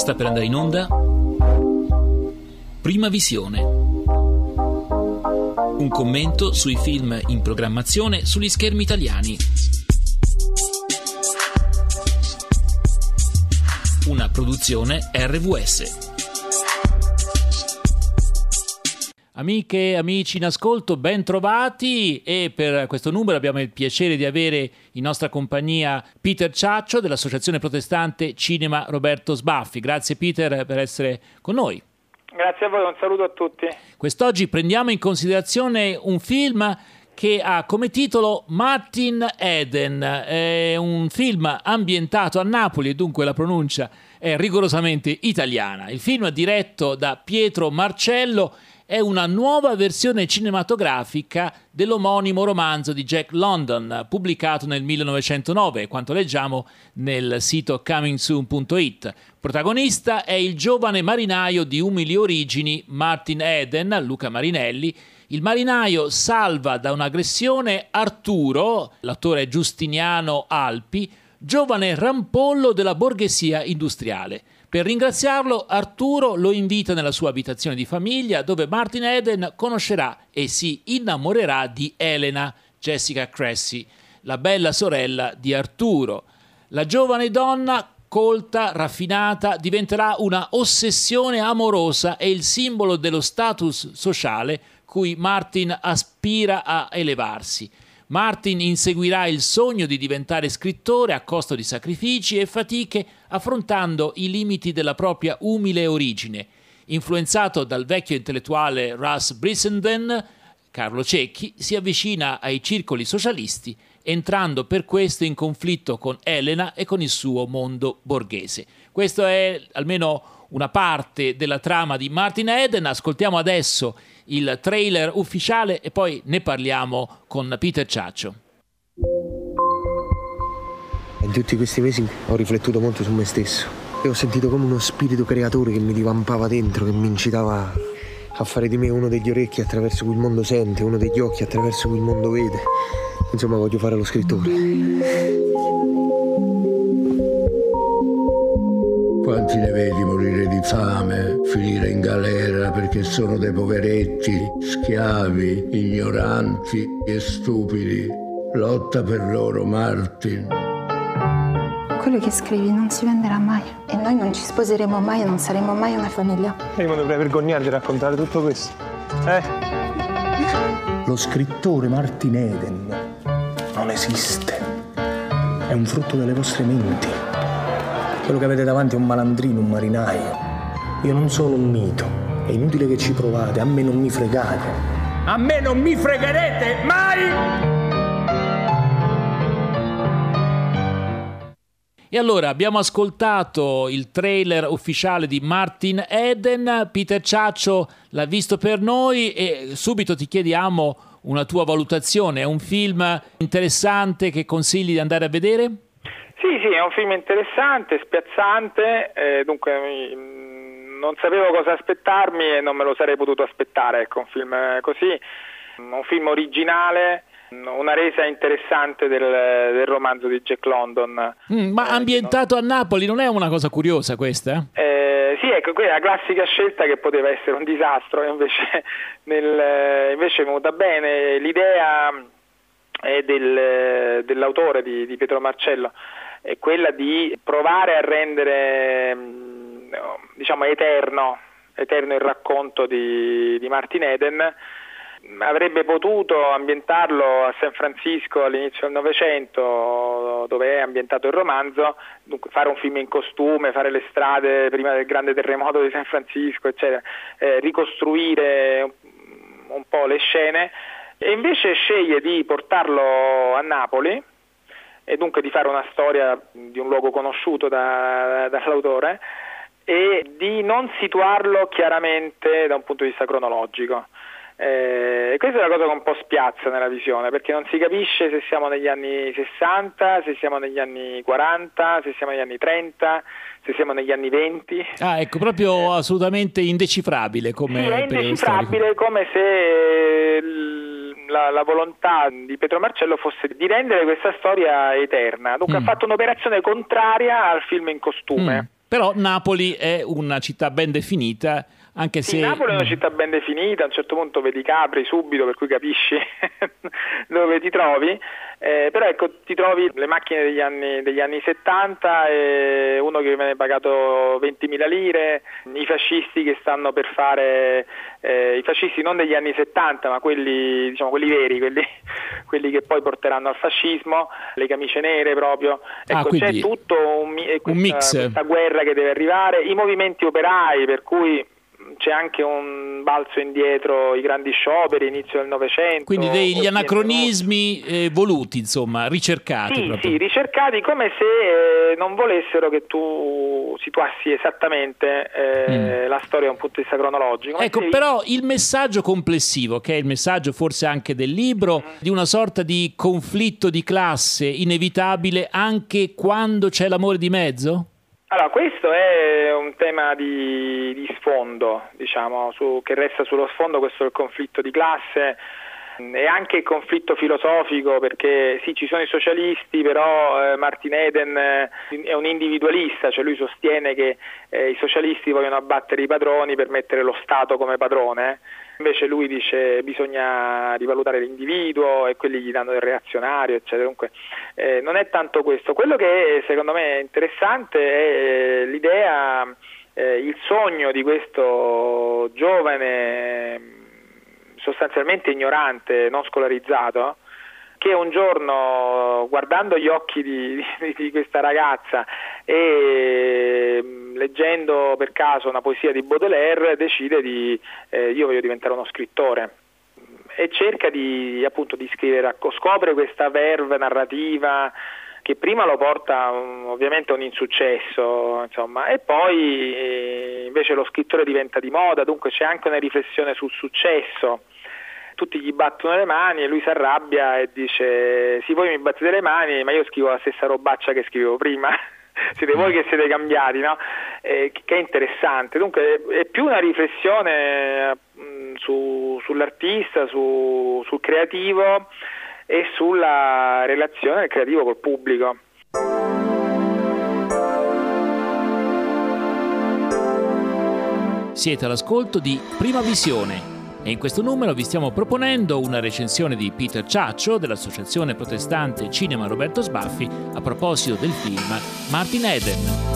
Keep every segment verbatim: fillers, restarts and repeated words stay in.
Sta per andare in onda Prima Visione, un commento sui film in programmazione sugli schermi italiani. Una produzione R V S. Amiche, amici in ascolto, ben trovati, e per questo numero abbiamo il piacere di avere in nostra compagnia Peter Ciaccio dell'Associazione Protestante Cinema Roberto Sbaffi. Grazie Peter per essere con noi. Grazie a voi, un saluto a tutti. Quest'oggi prendiamo in considerazione un film che ha come titolo Martin Eden. È un film ambientato a Napoli e dunque la pronuncia è rigorosamente italiana. Il film è diretto da Pietro Marcello. È una nuova versione cinematografica dell'omonimo romanzo di Jack London, pubblicato nel millenovecentonove, quanto leggiamo nel sito coming soon punto it. Protagonista è il giovane marinaio di umili origini Martin Eden, Luca Marinelli. Il marinaio salva da un'aggressione Arturo, l'attore Giustiniano Alpi, giovane rampollo della borghesia industriale. Per ringraziarlo, Arturo lo invita nella sua abitazione di famiglia, dove Martin Eden conoscerà e si innamorerà di Elena, Jessica Cressy, la bella sorella di Arturo. La giovane donna, colta, raffinata, diventerà una ossessione amorosa e il simbolo dello status sociale cui Martin aspira a elevarsi. Martin inseguirà il sogno di diventare scrittore a costo di sacrifici e fatiche, affrontando i limiti della propria umile origine. Influenzato dal vecchio intellettuale Russ Brissenden, Carlo Cecchi si avvicina ai circoli socialisti, entrando per questo in conflitto con Elena e con il suo mondo borghese. Questa è almeno una parte della trama di Martin Eden. Ascoltiamo adesso il trailer ufficiale e poi ne parliamo con Peter Ciaccio. In tutti questi mesi ho riflettuto molto su me stesso e ho sentito come uno spirito creatore che mi divampava dentro, che mi incitava a fare di me uno degli orecchi attraverso cui il mondo sente, uno degli occhi attraverso cui il mondo vede. Insomma, voglio fare lo scrittore. Quanti ne vedi morire di fame, finire in galera perché sono dei poveretti, schiavi, ignoranti e stupidi. Lotta per loro, Martin. Quello che scrivi non si venderà mai e noi non ci sposeremo mai e non saremo mai una famiglia. Io non dovrei vergognare di raccontare tutto questo. Eh? Lo scrittore Martin Eden non esiste. È un frutto delle vostre menti. Quello che avete davanti è un malandrino, un marinaio. Io non sono un mito. È inutile che ci provate, a me non mi fregate. A me non mi fregherete mai! E allora abbiamo ascoltato il trailer ufficiale di Martin Eden. Peter Ciaccio l'ha visto per noi e subito ti chiediamo una tua valutazione. È un film interessante che consigli di andare a vedere? Sì, sì, è un film interessante, spiazzante, eh, dunque mh, non sapevo cosa aspettarmi e non me lo sarei potuto aspettare, ecco, un film così, un film originale, una resa interessante del, del romanzo di Jack London. Mm, ma eh, ambientato non... a Napoli non è una cosa curiosa questa? Eh, sì, ecco, quella è la classica scelta che poteva essere un disastro, invece, nel, invece è venuta bene. L'idea è del, dell'autore di, di Pietro Marcello, è quella di provare a rendere, diciamo, eterno, eterno il racconto di, di Martin Eden. Avrebbe potuto ambientarlo a San Francisco all'inizio del Novecento, dove è ambientato il romanzo, dunque fare un film in costume, fare le strade prima del grande terremoto di San Francisco, eccetera, eh, ricostruire un, un po' le scene, e invece sceglie di portarlo a Napoli e dunque di fare una storia di un luogo conosciuto da, dall'autore e di non situarlo chiaramente da un punto di vista cronologico. Eh, questa è la cosa che un po' spiazza nella visione, perché non si capisce se siamo negli anni sessanta, se siamo negli anni quaranta, se siamo negli anni trenta, se siamo negli anni venti. Ah, ecco, proprio eh. assolutamente indecifrabile come sì, è indecifrabile, come se la, la volontà di Pietro Marcello fosse di rendere questa storia eterna. Dunque mm. ha fatto un'operazione contraria al film in costume. Mm. Però Napoli è una città ben definita, anche sì, se... Napoli è una città ben definita, a un certo punto vedi Capri subito, per cui capisci dove ti trovi, eh, però ecco, ti trovi le macchine degli anni, degli anni settanta, e uno che viene pagato ventimila lire, i fascisti che stanno per fare, eh, i fascisti non degli anni settanta, ma quelli, diciamo, quelli veri, quelli, quelli che poi porteranno al fascismo, le camicie nere proprio, ecco, ah, quindi c'è tutto un, questa, un mix. questa guerra che deve arrivare, i movimenti operai, per cui c'è anche un balzo indietro, i grandi scioperi, inizio del Novecento. Quindi degli anacronismi eh, voluti, insomma, ricercati. Sì, proprio. sì, ricercati come se eh, non volessero che tu situassi esattamente eh, mm. la storia da un punto di vista cronologico. Ecco, devi... però il messaggio complessivo, che è il messaggio forse anche del libro, mm. di una sorta di conflitto di classe inevitabile anche quando c'è l'amore di mezzo? Allora, questo è un tema di, di sfondo, diciamo, su, che resta sullo sfondo, questo è il conflitto di classe e anche il conflitto filosofico, perché sì, ci sono i socialisti, però eh, Martin Eden eh, è un individualista, cioè lui sostiene che eh, i socialisti vogliono abbattere i padroni per mettere lo Stato come padrone. Invece lui dice bisogna rivalutare l'individuo e quelli gli danno del reazionario, eccetera. Comunque eh, non è tanto questo. Quello che secondo me è interessante è l'idea, eh, il sogno di questo giovane sostanzialmente ignorante, non scolarizzato, che un giorno, guardando gli occhi di, di, di questa ragazza e leggendo per caso una poesia di Baudelaire, decide di eh, io voglio diventare uno scrittore, e cerca di appunto di scrivere, scopre questa verve narrativa che prima lo porta um, ovviamente a un insuccesso, insomma, e poi eh, invece lo scrittore diventa di moda, dunque c'è anche una riflessione sul successo. Tutti gli battono le mani e lui si arrabbia e dice sì, voi mi battete le mani, ma io scrivo la stessa robaccia che scrivevo prima. Siete voi che siete cambiati, no? Eh, che è interessante. Dunque è più una riflessione mh, su, sull'artista, su, sul creativo e sulla relazione del creativo col pubblico. Siete all'ascolto di Prima Visione e in questo numero vi stiamo proponendo una recensione di Peter Ciaccio dell'Associazione Protestante Cinema Roberto Sbaffi a proposito del film Martin Eden.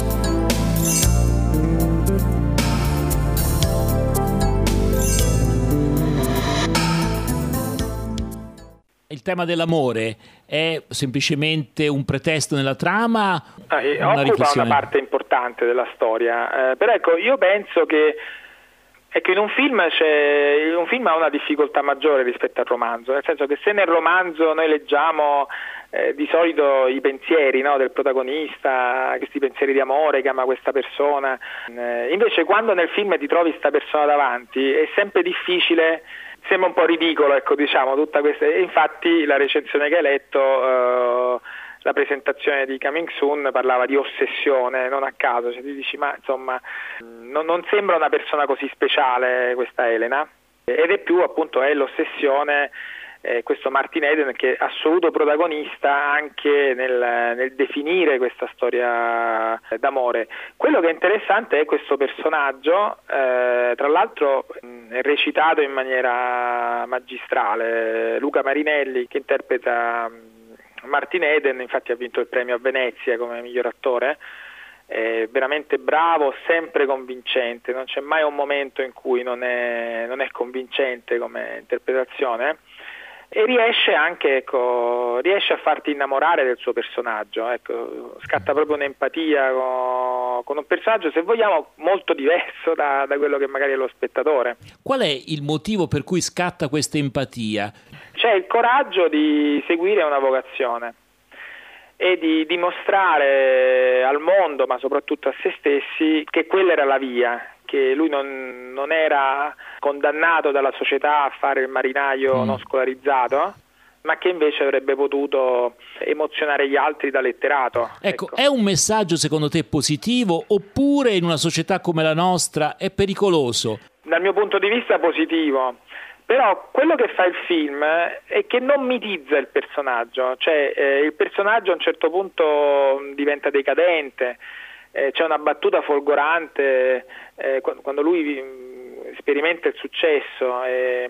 Il tema dell'amore è semplicemente un pretesto nella trama? Ah, una occupa riflessione? Una parte importante della storia, eh, però ecco, io penso che ecco, in un film c'è un film ha una difficoltà maggiore rispetto al romanzo, nel senso che se nel romanzo noi leggiamo eh, di solito i pensieri, no, del protagonista, questi pensieri di amore che ama questa persona, eh, invece quando nel film ti trovi questa persona davanti è sempre difficile. Sembra un po' ridicolo, ecco, diciamo, tutta questa. E infatti la recensione che hai letto, eh, la presentazione di Coming Soon parlava di ossessione, non a caso, cioè ti dici ma insomma non, non sembra una persona così speciale questa Elena, ed è più appunto è l'ossessione, eh, questo Martin Eden che è assoluto protagonista anche nel, nel definire questa storia d'amore. Quello che è interessante è questo personaggio, eh, tra l'altro mh, è recitato in maniera magistrale. Luca Marinelli, che interpreta mh, Martin Eden, infatti ha vinto il premio a Venezia come miglior attore, è veramente bravo, sempre convincente, non c'è mai un momento in cui non è, non è convincente come interpretazione. E riesce anche, ecco, riesce a farti innamorare del suo personaggio, ecco, scatta proprio un'empatia con, con un personaggio, se vogliamo, molto diverso da, da quello che magari è lo spettatore. Qual è il motivo per cui scatta questa empatia? C'è il coraggio di seguire una vocazione e di dimostrare al mondo, ma soprattutto a se stessi, che quella era la via, che lui non, non era condannato dalla società a fare il marinaio mm. non scolarizzato, ma che invece avrebbe potuto emozionare gli altri da letterato. Ecco, ecco, è un messaggio secondo te positivo, oppure in una società come la nostra è pericoloso? Dal mio punto di vista positivo. Però quello che fa il film è che non mitizza il personaggio, cioè eh, il personaggio a un certo punto diventa decadente, eh, c'è una battuta folgorante eh, quando lui sperimenta il successo e,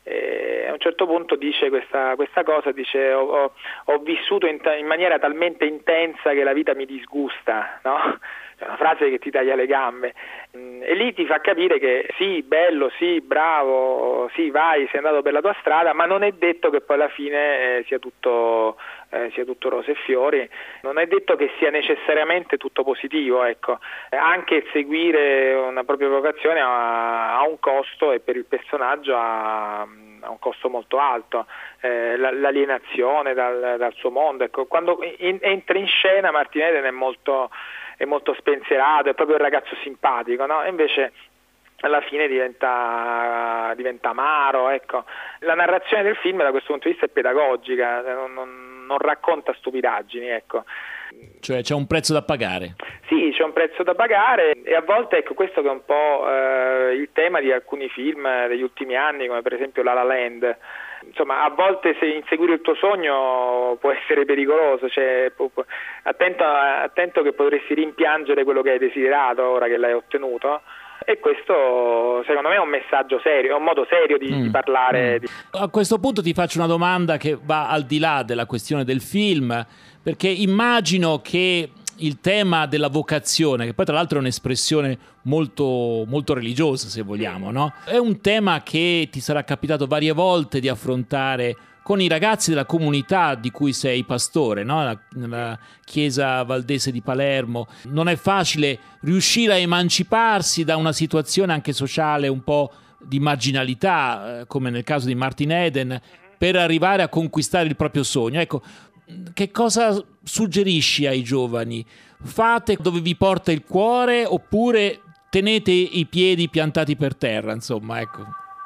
e a un certo punto dice questa, questa cosa, dice ho, ho, ho vissuto in, in maniera talmente intensa che la vita mi disgusta, no? È una frase che ti taglia le gambe e lì ti fa capire che sì, bello, sì, bravo, sì, vai, sei andato per la tua strada, ma non è detto che poi alla fine eh, sia tutto eh, sia tutto rose e fiori, non è detto che sia necessariamente tutto positivo, ecco. Anche seguire una propria vocazione ha, ha un costo e per il personaggio ha, ha un costo molto alto, eh, l'alienazione dal, dal suo mondo, ecco. Quando in, entra in scena Martin Eden è molto è molto spensierato, è proprio un ragazzo simpatico, no? E invece alla fine diventa, diventa amaro, ecco. La narrazione del film da questo punto di vista è pedagogica, non, non, non racconta stupidaggini, ecco. Cioè c'è un prezzo da pagare. Sì, c'è un prezzo da pagare e a volte, ecco, questo che è un po' eh, il tema di alcuni film degli ultimi anni, come per esempio La La Land. Insomma, a volte se inseguire il tuo sogno può essere pericoloso, cioè, può, può, attento, attento che potresti rimpiangere quello che hai desiderato ora che l'hai ottenuto. E questo secondo me è un messaggio serio, è un modo serio di, mm. di parlare. Mm. Di... A questo punto ti faccio una domanda che va al di là della questione del film, perché immagino che il tema della vocazione, che poi tra l'altro è un'espressione molto, molto religiosa, se vogliamo, no? È un tema che ti sarà capitato varie volte di affrontare con i ragazzi della comunità di cui sei pastore, no? Nella chiesa valdese di Palermo. Non è facile riuscire a emanciparsi da una situazione anche sociale un po' di marginalità, come nel caso di Martin Eden, per arrivare a conquistare il proprio sogno. Ecco, che cosa suggerisci ai giovani? Fate dove vi porta il cuore oppure tenete i piedi piantati per terra, insomma, ecco.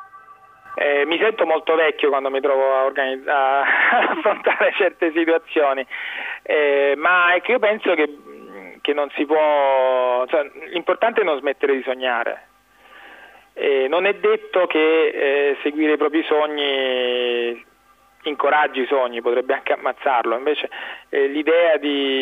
Eh, mi sento molto vecchio quando mi trovo a, organizz- a affrontare certe situazioni, eh, ma è che io penso che, che non si può, cioè, l'importante è non smettere di sognare. Eh, non è detto che eh, seguire i propri sogni incoraggi i sogni, potrebbe anche ammazzarlo, invece eh, l'idea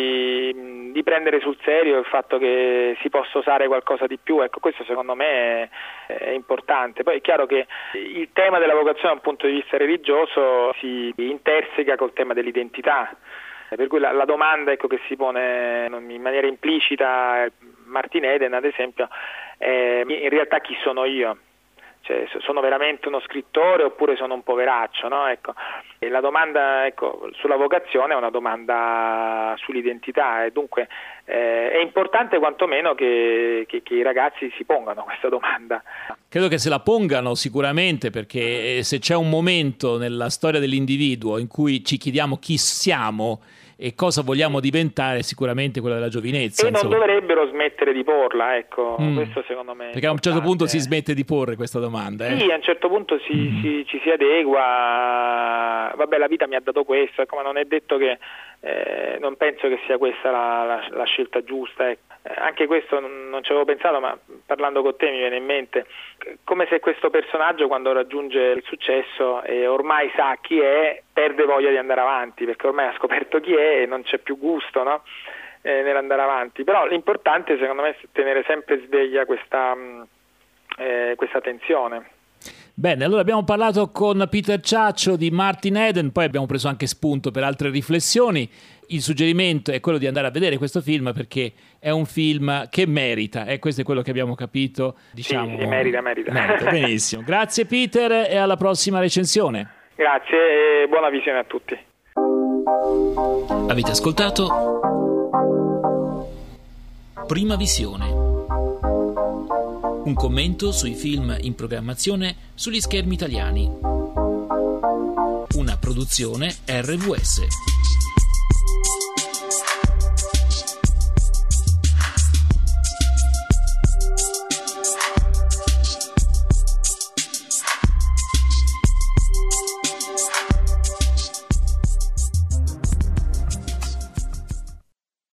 di, di prendere sul serio il fatto che si possa usare qualcosa di più, ecco, questo secondo me è, è importante. Poi è chiaro che il tema della vocazione da un punto di vista religioso si interseca col tema dell'identità, per cui la, la domanda, ecco, che si pone in maniera implicita Martin Eden ad esempio è in realtà chi sono io? Cioè, sono veramente uno scrittore oppure sono un poveraccio, no? Ecco. E la domanda, ecco, sulla vocazione è una domanda sull'identità e dunque eh, è importante quantomeno che, che, che i ragazzi si pongano questa domanda. Credo che se la pongano sicuramente, perché se c'è un momento nella storia dell'individuo in cui ci chiediamo chi siamo e cosa vogliamo diventare, sicuramente quella della giovinezza. E non insomma. Dovrebbero smettere di porla, ecco, mm. questo secondo me. Perché a un certo punto si smette di porre questa domanda. Eh? Sì, a un certo punto si, mm. si, ci si adegua, vabbè, la vita mi ha dato questo, ecco, ma non è detto che, eh, non penso che sia questa la, la, la scelta giusta, ecco. Eh, anche questo non, non ci avevo pensato, ma parlando con te mi viene in mente, come se questo personaggio quando raggiunge il successo e ormai sa chi è, perde voglia di andare avanti, perché ormai ha scoperto chi è e non c'è più gusto, no? eh, nell'andare avanti. Però l'importante secondo me è tenere sempre sveglia questa, eh, questa tensione. Bene, allora abbiamo parlato con Peter Ciaccio di Martin Eden, poi abbiamo preso anche spunto per altre riflessioni. Il suggerimento è quello di andare a vedere questo film perché è un film che merita, e questo è quello che abbiamo capito, diciamo. Sì, sì, merita, merita. merita. Benissimo. Grazie Peter e alla prossima recensione. Grazie e buona visione a tutti. Avete ascoltato Prima Visione, un commento sui film in programmazione sugli schermi italiani, una produzione R V S.